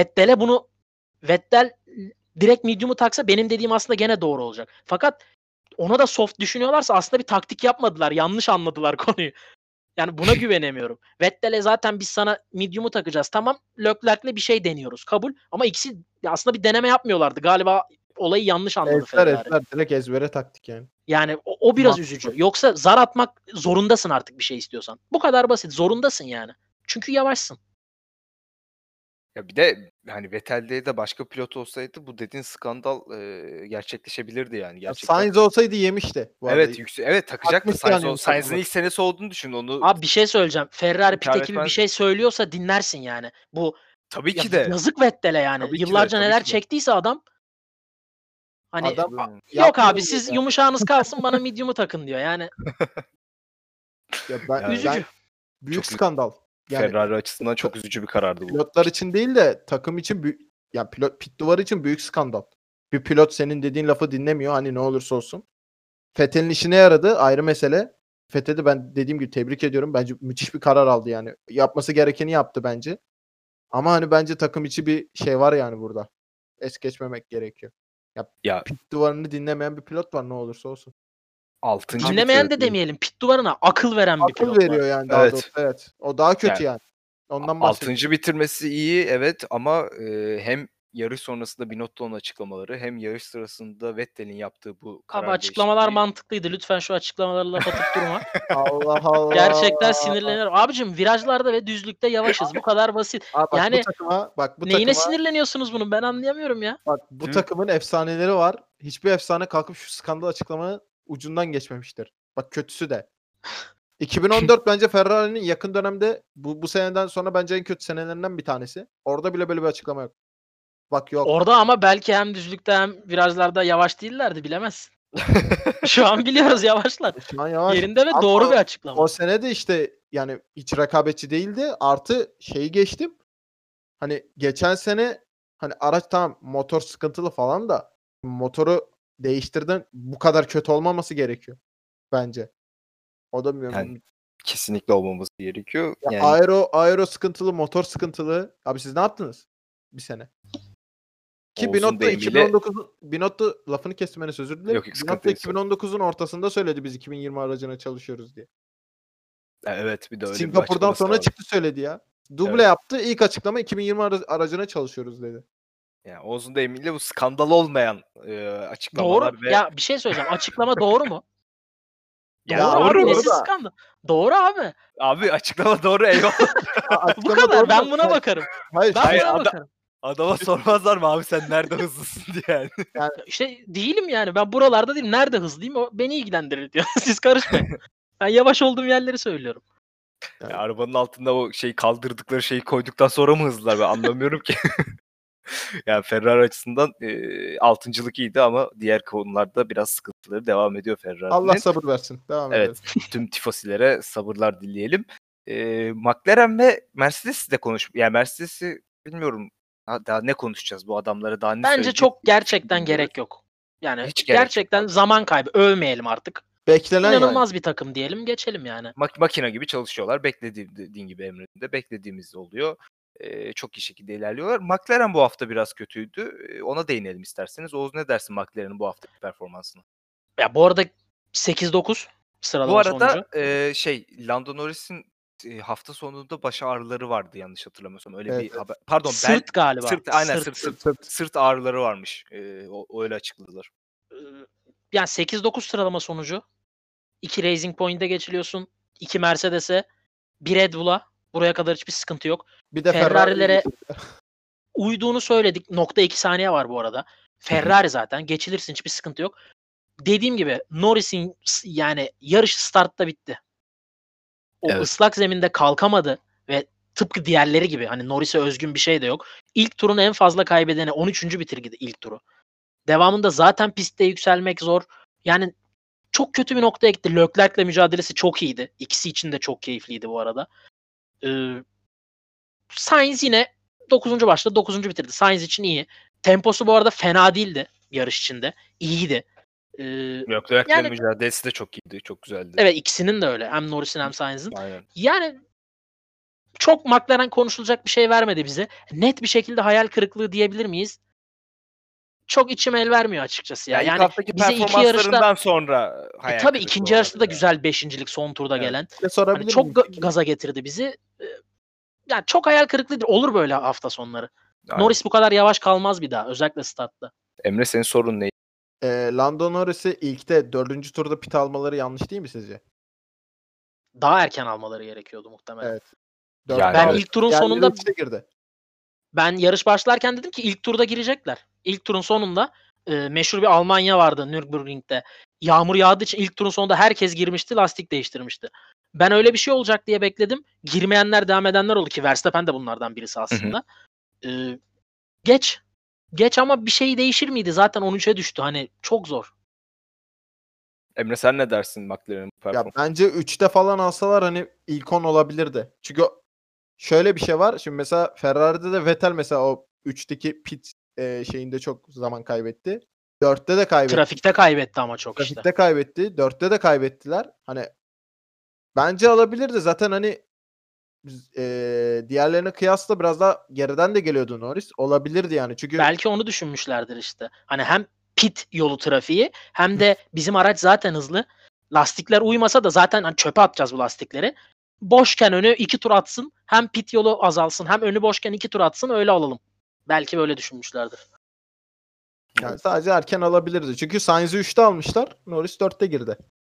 Vettel direkt medium'u taksa benim dediğim aslında gene doğru olacak. Fakat ona da soft düşünüyorlarsa aslında bir taktik yapmadılar. Yanlış anladılar konuyu. Yani buna güvenemiyorum. Vettel'e zaten biz sana medium'u takacağız. Tamam Leclerc'le bir şey deniyoruz. Kabul. Ama ikisi aslında bir deneme yapmıyorlardı. Galiba olayı yanlış anladı Ferrari. Direkt ezbere taktik yani. Yani o biraz üzücü. Yoksa zar atmak zorundasın artık bir şey istiyorsan. Bu kadar basit. Zorundasın yani. Çünkü yavaşsın. Ya bir de hani Vettel'de de başka pilot olsaydı bu dediğin skandal gerçekleşebilirdi yani gerçekten. Sainz olsaydı yemişti bu arada. Evet takacaktı. Takmıştı yani Sainz'in ilk senesi olduğunu düşün onu. Abi bir şey söyleyeceğim. Ferrari pit İnkar ekibi bir etmez. şey söylüyorsa dinlersin yani. Bu Tabii ya ki de. yazık Vettel'e yani. Tabii ki de, Yıllarca tabii neler ki de. çektiyse adam hani Adam yok yapmıyor abi siz ya. yumuşağınız kalsın bana medium'u takın diyor. Yani Ya üzücü. büyük Çok skandal. Yani Ferrari açısından çok üzücü bir karardı bu. pilotlar için değil de takım için ya pit duvarı için büyük skandal. Bir pilot senin dediğin lafı dinlemiyor hani ne olursa olsun. Vettel'in işine yaradı ayrı mesele. Vettel'i ben dediğim gibi tebrik ediyorum. Bence müthiş bir karar aldı yani. Yapması gerekeni yaptı bence. Ama hani bence takım içi bir şey var yani burada. Es geçmemek gerekiyor. Ya Pit duvarını dinlemeyen bir pilot var ne olursa olsun. 6. Dinlemeyen de bitirdi. demeyelim. Pit duvarına akıl veren bir Akıl pilot veriyor var. yani daha Evet. doğrusu. Evet. O daha kötü Yani yani. Ondan bahsediyorum. 6. bitirmesi iyi evet ama hem yarış sonrasında Binotto'nun açıklamaları hem yarış sırasında Vettel'in yaptığı bu karar Abi açıklamalar değişikliği. mantıklıydı. Lütfen şu açıklamaları laf atıp durma. Allah Allah. Gerçekten sinirleniyorum. Abicim virajlarda ve düzlükte yavaşız. Bu kadar basit. Abi bak Yani bu neyine takıma sinirleniyorsunuz bunun? Ben anlayamıyorum ya. bak bu takımın efsaneleri var. Hiçbir efsane kalkıp şu skandal açıklamanın ucundan geçmemiştir. Bak kötüsü de. 2014 bence Ferrari'nin yakın dönemde bu seneden sonra bence en kötü senelerinden bir tanesi. Orada bile böyle bir açıklama yok. Bak yok. Orada ama belki hem düzlükte hem virajlarda yavaş değillerdi bilemezsin. Şu an biliyoruz yavaşlar. Şu an yavaş. Yerinde ve Ama doğru bir açıklama. O sene de işte yani hiç rekabetçi değildi. Artı şeyi geçtim. Hani geçen sene hani araç tamam motor sıkıntılı falan da motoru değiştirdin bu kadar kötü olmaması gerekiyor bence. O da bilmiyorum. Yani kesinlikle olmaması gerekiyor. Ya Yani aero sıkıntılı, motor sıkıntılı. Abi siz ne yaptınız bir sene? Ki Oğuz'un Binotto deyimiyle Binotto lafını kesmeniz özür dilerim. yok sıkıntı Binotto yok. 2019'un ortasında söyledi biz 2020 aracına çalışıyoruz diye. Evet bir de öyle bir Singapur'dan açıklaması sonra vardı. çıktı söyledi ya. Duble Evet. yaptı. İlk açıklama 2020 aracına çalışıyoruz dedi. Yani Oğuz'un deyimiyle bu skandal olmayan açıklamalar Doğru. ve Ya bir şey söyleyeceğim. Açıklama doğru mu? Ya Doğru doğru abi. da. Nesi skandal? Doğru abi. abi açıklama doğru eyvallah. Bu Açıklama kadar. doğru Ben da- buna bakarım. Hayır, Ben Hayır, buna bakarım. Adama sormazlar mı abi sen nerede hızlısın diye yani. İşte değilim yani. Ben buralarda değilim. Nerede hızlıyım o beni ilgilendirir diyor. Siz karışmayın. Ben yavaş olduğum yerleri söylüyorum. Ya arabanın altında o şeyi kaldırdıkları şeyi koyduktan sonra mı hızlılar ben anlamıyorum ki. Yani Ferrari açısından altıncılık iyiydi ama diğer konularda biraz sıkıntıları devam ediyor Ferrari'nin. Allah sabır versin. Devam edelim. Evet, tüm tifosilere sabırlar dileyelim. McLaren ve Mercedes'i de Yani Mercedes'i bilmiyorum daha ne konuşacağız bu adamlara daha ne Bence söyleyeceğiz? çok gerçekten Bilmiyoruz. gerek yok. Yani Hiç gerek yok gerçekten abi. zaman kaybı. Övmeyelim artık. Beklenen İnanılmaz bir takım diyelim. Geçelim yani. Makine gibi çalışıyorlar. Dediğin gibi Emre'nin de beklediğimiz oluyor. Çok iyi şekilde ilerliyorlar. McLaren bu hafta biraz kötüydü. Ona değinelim isterseniz. Oğuz ne dersin McLaren'ın bu haftaki performansına? Ya bu arada 8-9 sıralama Bu arada sonucu. Lando Norris'in hafta sonunda baş ağrıları vardı yanlış hatırlamıyorsam. Öyle Evet, bir haber. Pardon, Sırt galiba. Aynen Sırt. sırt ağrıları varmış. Öyle açıkladılar. Yani 8-9 sıralama sonucu. 2 Racing Point'e geçiliyorsun. 2 Mercedes'e. 1 Red Bull'a. Buraya kadar hiçbir sıkıntı yok. Bir de Ferrari'lere uyduğunu söyledik. 0.2 saniye var bu arada. Ferrari zaten. Geçilirsin, hiçbir sıkıntı yok. Dediğim gibi Norris'in yani yarışı startta bitti. O Evet. ıslak zeminde kalkamadı ve tıpkı diğerleri gibi hani Norris'e özgün bir şey de yok. İlk turun en fazla kaybedeni 13. bitirdi ilk turu. Devamında zaten pistte yükselmek zor. Yani çok kötü bir noktaya gitti. Leclerc'le mücadelesi çok iyiydi. İkisi için de çok keyifliydi bu arada. Sainz yine 9. başladı. 9. bitirdi. Sainz için iyi. Temposu bu arada fena değildi yarış içinde. İyiydi. Leclerc'le Yani mücadelesi de çok iyiydi. Çok güzeldi. evet, ikisinin de öyle. Hem Norris'in hem Sainz'in. Aynen. Yani çok McLaren konuşulacak bir şey vermedi bize. Net bir şekilde hayal kırıklığı diyebilir miyiz? Çok içim el vermiyor açıkçası ya. İlk Yani haftaki bize iki performanslarından yarışta sonra hayal tabii kırıklığı ikinci yarışta da olabilir. güzel beşincilik son turda Evet. gelen. Size sorabilir Hani çok miyim peki? gaza getirdi bizi. Yani çok hayal kırıklığı değil. Olur böyle hafta sonları. Aynen. Norris bu kadar yavaş kalmaz bir daha. Özellikle startta. Emre senin sorun ne? Lando Norris'i ilkte 4. turda pit almaları yanlış değil mi sizce? Daha erken almaları gerekiyordu muhtemelen. Evet. Yani Ben evet. ilk turun Diğerleri sonunda üçte girdi. ben yarış başlarken dedim ki ilk turda girecekler. İlk turun sonunda meşhur bir Almanya vardı Nürburgring'de. Yağmur yağdığı için ilk turun sonunda herkes girmişti, lastik değiştirmişti. Ben öyle bir şey olacak diye bekledim. Girmeyenler, devam edenler oldu ki Verstappen de bunlardan birisi aslında. Geç ama bir şey değişir miydi? Zaten 13'e düştü. Hani çok zor. Emre sen ne dersin McLaren'ın Ya performansı? bence 3'te falan alsalar hani ilk 10 olabilirdi. Çünkü şöyle bir şey var. Şimdi mesela Ferrari'de de Vettel mesela o 3'teki pit şeyinde çok zaman kaybetti. 4'te de kaybetti. Trafikte kaybetti ama çok işte. Trafikte kaybetti. 4'te de kaybettiler. Hani bence alabilirdi. Zaten hani diğerlerine kıyasla biraz daha geriden de geliyordu Norris. Olabilirdi yani. Çünkü Belki onu düşünmüşlerdir işte. Hani hem pit yolu trafiği hem de bizim araç zaten hızlı. Lastikler uymasa da zaten hani çöpe atacağız bu lastikleri. Boşken önü 2 tur atsın. Hem pit yolu azalsın hem önü boşken 2 tur atsın, öyle alalım. Belki böyle düşünmüşlerdir. yani sadece erken alabilirdi. Çünkü Sainz'i 3'te almışlar. Norris 4'te girdi.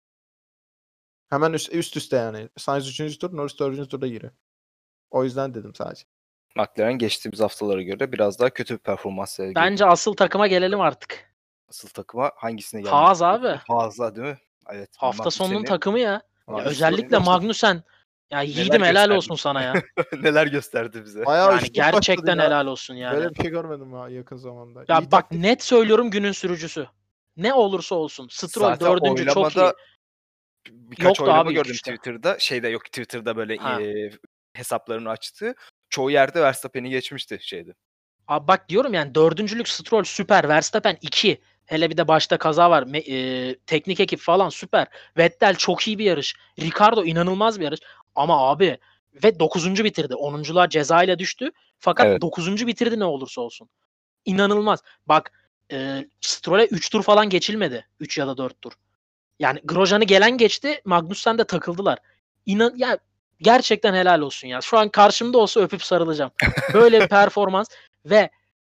Hemen üst üste yani. Sainz 3. tur, Norris 4. turda giriyor. O yüzden dedim sadece. McLaren geçtiğimiz haftalara göre biraz daha kötü bir performans sergiledi. Bence asıl takıma gelelim artık. Asıl takıma hangisine geldi? Haas abi. Haas'a değil mi? Evet. Hafta sonunun Magnussen'in- takımı ya. Magnussen'in Özellikle Magnussen. Ya yiğidim, helal gösterdi olsun sana ya. neler gösterdi bize. Bayağı Yani üstün gerçekten başladı ya. helal olsun yani. Böyle bir şey görmedim ha yakın zamanda. Ya İyi bak, taktik. net söylüyorum, günün sürücüsü. Ne olursa olsun. Stroll Zaten 4. çok iyi. oylamada birkaç Yoktu oylama abi ilk gördüm üçte. Twitter'da. Yok, Twitter'da böyle Ha. hesaplarını açtı. Çoğu yerde Verstappen'i geçmişti şeyde. Abi bak diyorum yani 4. Stroll süper. Verstappen 2. Hele bir de başta kaza var. Teknik ekip falan süper. Vettel çok iyi bir yarış. Ricardo inanılmaz bir yarış. Ama abi ve 9. bitirdi. 10'unculuğa ceza ile düştü. Fakat Evet. 9. bitirdi ne olursa olsun. İnanılmaz. Bak Stroll'e 3 tur falan geçilmedi. 3 ya da 4 tur. Yani Grosjean'ı gelen geçti. Magnussen de takıldılar. Ya gerçekten helal olsun ya. Şu an karşımda olsa öpüp sarılacağım. Böyle bir performans ve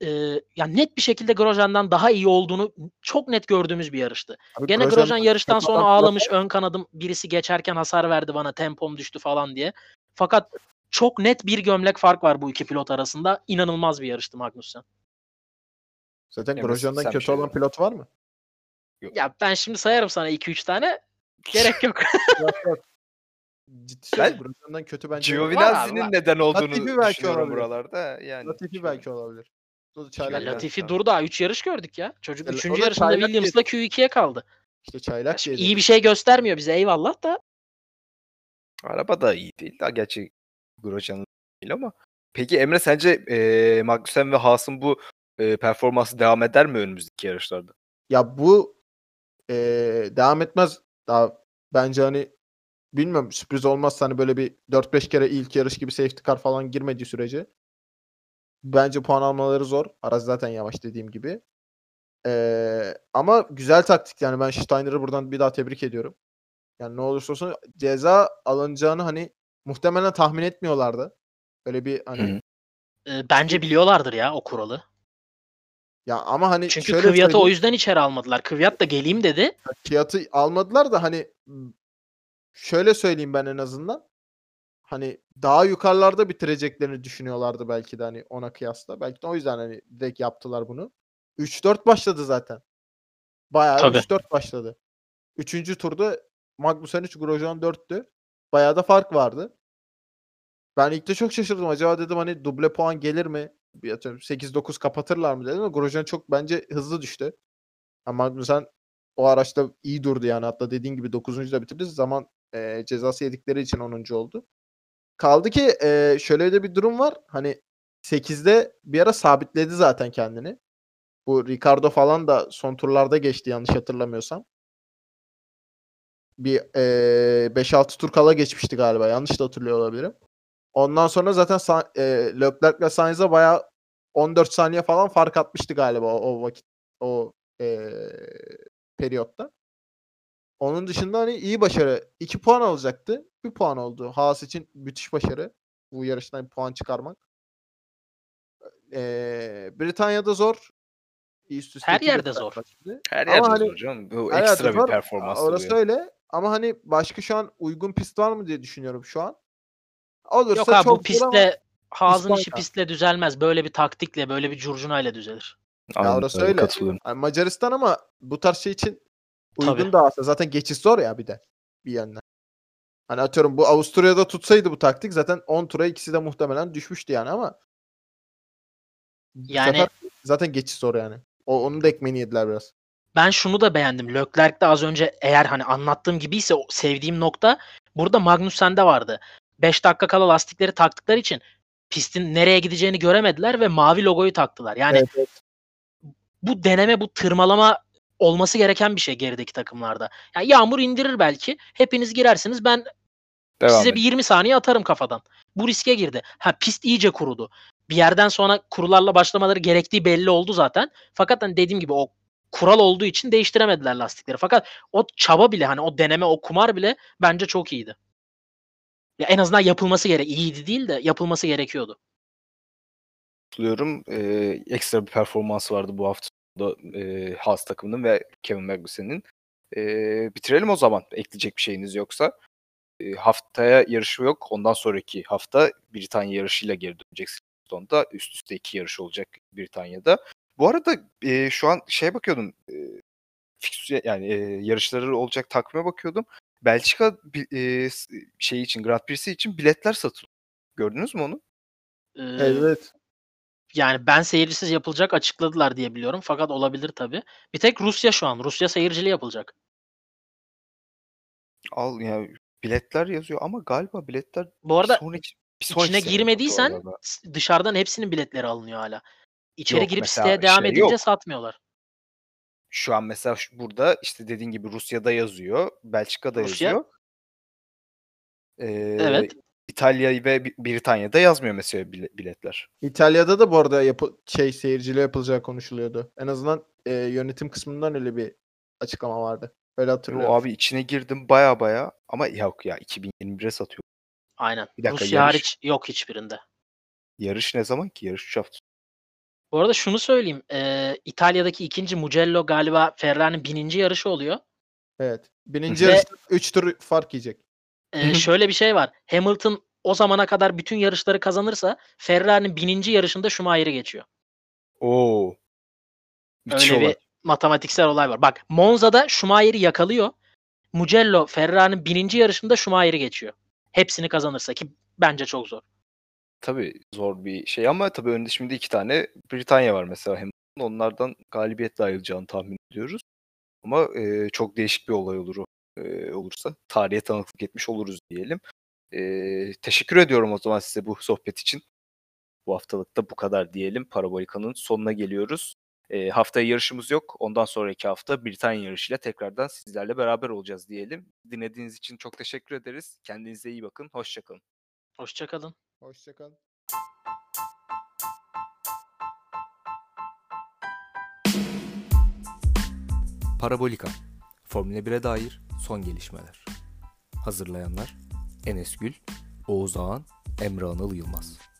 yani net bir şekilde Grosjean'dan daha iyi olduğunu çok net gördüğümüz bir yarıştı. Abi Gene Grosjean Grosjean yarıştan sonra adam ağlamış, ön kanadım birisi geçerken hasar verdi bana, tempom düştü falan diye. Fakat çok net bir gömlek fark var bu iki pilot arasında. İnanılmaz bir yarıştı Magnussen. zaten Emre, Grosjean'dan sen bir kötü şey olan dedin. pilot var mı? Ya ben şimdi sayarım sana 2-3 tane. Gerek yok. Yok yok. Ciddi söylüyorum. Grosjean'dan kötü bence. Var abi, Giovinazzi'nin var. neden olduğunu Latifi belki düşünüyorum olabilir. buralarda. Yani Latifi belki olabilir. O da Ya çaylak Giovinazzi. diye. Latifi dur daha 3 yarış gördük ya. Çocuk İşte 3. o da yarışında çaylak Williams'la diye. Q2'ye kaldı. İşte çaylak Şimdi diye iyi bir dedik. şey göstermiyor bize, eyvallah da. Araba da iyi değil. Daha gerçi Grosjean'ın değil ama. Peki Emre, sence Magnussen ve Haas'ın bu performansı devam eder mi önümüzdeki yarışlarda? Ya bu devam etmez. Daha bence hani bilmiyorum, sürpriz olmazsa hani böyle bir 4-5 kere ilk yarış gibi safety car falan girmediği sürece bence puan almaları zor. Araç zaten yavaş dediğim gibi. Ama güzel taktik yani, ben Steiner'ı buradan bir daha tebrik ediyorum. Yani ne olursa olsun ceza alınacağını hani muhtemelen tahmin etmiyorlardı. Öyle bir hani Bence biliyorlardır ya o kuralı. ya ama hani Çünkü şöyle Kvyat'ı o söyleyeyim, yüzden içeri almadılar. Kvyat da geleyim dedi. fiyatı almadılar da hani şöyle söyleyeyim ben en azından. Hani daha yukarılarda bitireceklerini düşünüyorlardı belki de hani ona kıyasla. Belki de o yüzden hani direkt yaptılar bunu. 3-4 başladı zaten. Bayağı Tabii. 3-4 başladı. 3. turda Magnussen 3, Grosjean 4'tü. Bayağı da fark vardı. Ben ilk de çok şaşırdım. Acaba dedim hani duble puan gelir mi? Bir atıyorum 8-9 kapatırlar mı dedim ama Grosjean çok bence hızlı düştü. Ama Magnussen o araçta iyi durdu yani. Hatta dediğin gibi 9. da bitirdi. Zaman cezası yedikleri için 10. oldu. Kaldı ki şöyle de bir durum var. Hani 8'de bir ara sabitledi zaten kendini. Bu Ricardo falan da son turlarda geçti yanlış hatırlamıyorsam. Bir 5-6 tur kala geçmişti galiba. Yanlış da hatırlıyor olabilirim. Ondan sonra zaten Leclerc'le Sainz'a bayağı 14 saniye falan fark atmıştı galiba o vakit, o periyotta. Onun dışında hani iyi başarı. 2 puan alacaktı. 1 puan oldu. Haas için müthiş başarı. Bu yarıştan puan çıkarmak. Britanya'da zor. Üst üste Her 2 yerde Britanya zor. maçıydı. Her Ama yerde hani zor canım. Bu her yerde ekstra bir zor. performans Orası oluyor. öyle. Ama hani başka şu an uygun pist var mı diye düşünüyorum şu an. Yok Olursa abi, bu çok zor ama pistle Haas'ın işi İspanya. pistle düzelmez. Böyle bir taktikle, böyle bir curcunayla düzelir. Ya Aynen orası öyle, öyle. katılıyorum. Yani Macaristan ama bu tarz şey için Tabii. uygun da aslında. Zaten geçiş zor ya bir de bir yandan. Hani atıyorum bu Avusturya'da tutsaydı bu taktik zaten 10 tura ikisi de muhtemelen düşmüştü yani ama bu Yani sefer zaten geçiş zor yani. Onun da ekmeğini yediler biraz. ben şunu da beğendim. Leclerc'te az önce eğer hani anlattığım gibiyse o sevdiğim nokta burada Magnussen'de vardı. 5 dakika kala lastikleri taktıkları için pistin nereye gideceğini göremediler ve mavi logoyu taktılar. Yani Evet, evet. bu deneme, bu tırmalama olması gereken bir şey gerideki takımlarda. Yani yağmur indirir belki. Hepiniz girersiniz. Ben Devam size bir edin. 20 saniye atarım kafadan. Bu riske girdi. Pist iyice kurudu. Bir yerden sonra kurularla başlamaları gerektiği belli oldu zaten. Fakat hani dediğim gibi o kural olduğu için değiştiremediler lastikleri. Fakat o çaba bile, hani o deneme, o kumar bile bence çok iyiydi. Ya en azından yapılması iyiydi değil de yapılması gerekiyordu. Katılıyorum. Ekstra bir performansı vardı bu hafta da Haas takımının ve Kevin Magnussen'in. Bitirelim o zaman. Ekleyecek bir şeyiniz yoksa. Haftaya yarışı yok. Ondan sonraki hafta Britanya yarışıyla geri dönecek Silverstone'da. Üst üste 2 yarış olacak Britanya'da. Bu arada şu an bakıyordum. Yani yarışları olacak takvime bakıyordum. Belçika şey için, Grand Prix'si için biletler satılıyor. Gördünüz mü onu? Evet. Yani ben seyircisiz yapılacak açıkladılar diye biliyorum. Fakat olabilir tabii. Bir tek Rusya şu an. Rusya seyircili yapılacak. Al ya, biletler yazıyor ama galiba biletler Bu arada bir sonraki içine sene girmediysen satıyorlar galiba. dışarıdan hepsinin biletleri alınıyor hala. İçeri Yok girip mesela siteye devam edince yok. satmıyorlar. Şu an mesela burada işte dediğin gibi Rusya'da yazıyor, Belçika'da Rusya, yazıyor. evet. İtalya ve Britanya'da yazmıyor mesela biletler. İtalya'da da bu arada seyirciyle yapılacağı konuşuluyordu. En azından yönetim kısmından öyle bir açıklama vardı. Öyle O hatırlıyorum. abi içine girdim baya ama yok ya, 2021'e satıyor. Aynen. Bir dakika, Rusya hariç yok hiçbirinde. yarış ne zaman ki? Yarış 3 hafta. Bu arada şunu söyleyeyim. İtalya'daki ikinci Mugello galiba Ferrari'nin 1000. yarışı oluyor. Evet. Bininci Ve- yarışta 3 tur fark yiyecek. Şöyle bir şey var. Hamilton o zamana kadar bütün yarışları kazanırsa Ferrari'nin 1000. yarışında Schumacher'i geçiyor. Oo. Müthiş Öyle olay. bir matematiksel olay var. Bak Monza'da Schumacher'i yakalıyor. Mugello Ferrari'nin 1000. yarışında Schumacher'i geçiyor. Hepsini kazanırsa ki bence çok zor. Tabii zor bir şey ama tabii önünde şimdi 2 tane Britanya var mesela. Onlardan galibiyetle ayrılacağını tahmin ediyoruz. Ama çok değişik bir olay olur o. Olursa tarihe tanıklık etmiş oluruz diyelim. Teşekkür ediyorum o zaman size bu sohbet için. Bu haftalıkta bu kadar diyelim. Parabolika'nın sonuna geliyoruz. Haftaya yarışımız yok. Ondan sonraki hafta Britanya yarışıyla tekrardan sizlerle beraber olacağız diyelim. Dinlediğiniz için çok teşekkür ederiz. Kendinize iyi bakın. Hoşça kalın. Hoşça kalın. Hoşçakal. Parabolika, Formula 1'e dair son gelişmeler. Hazırlayanlar Enes Gül, Oğuz Ağan, Emre Anıl Yılmaz.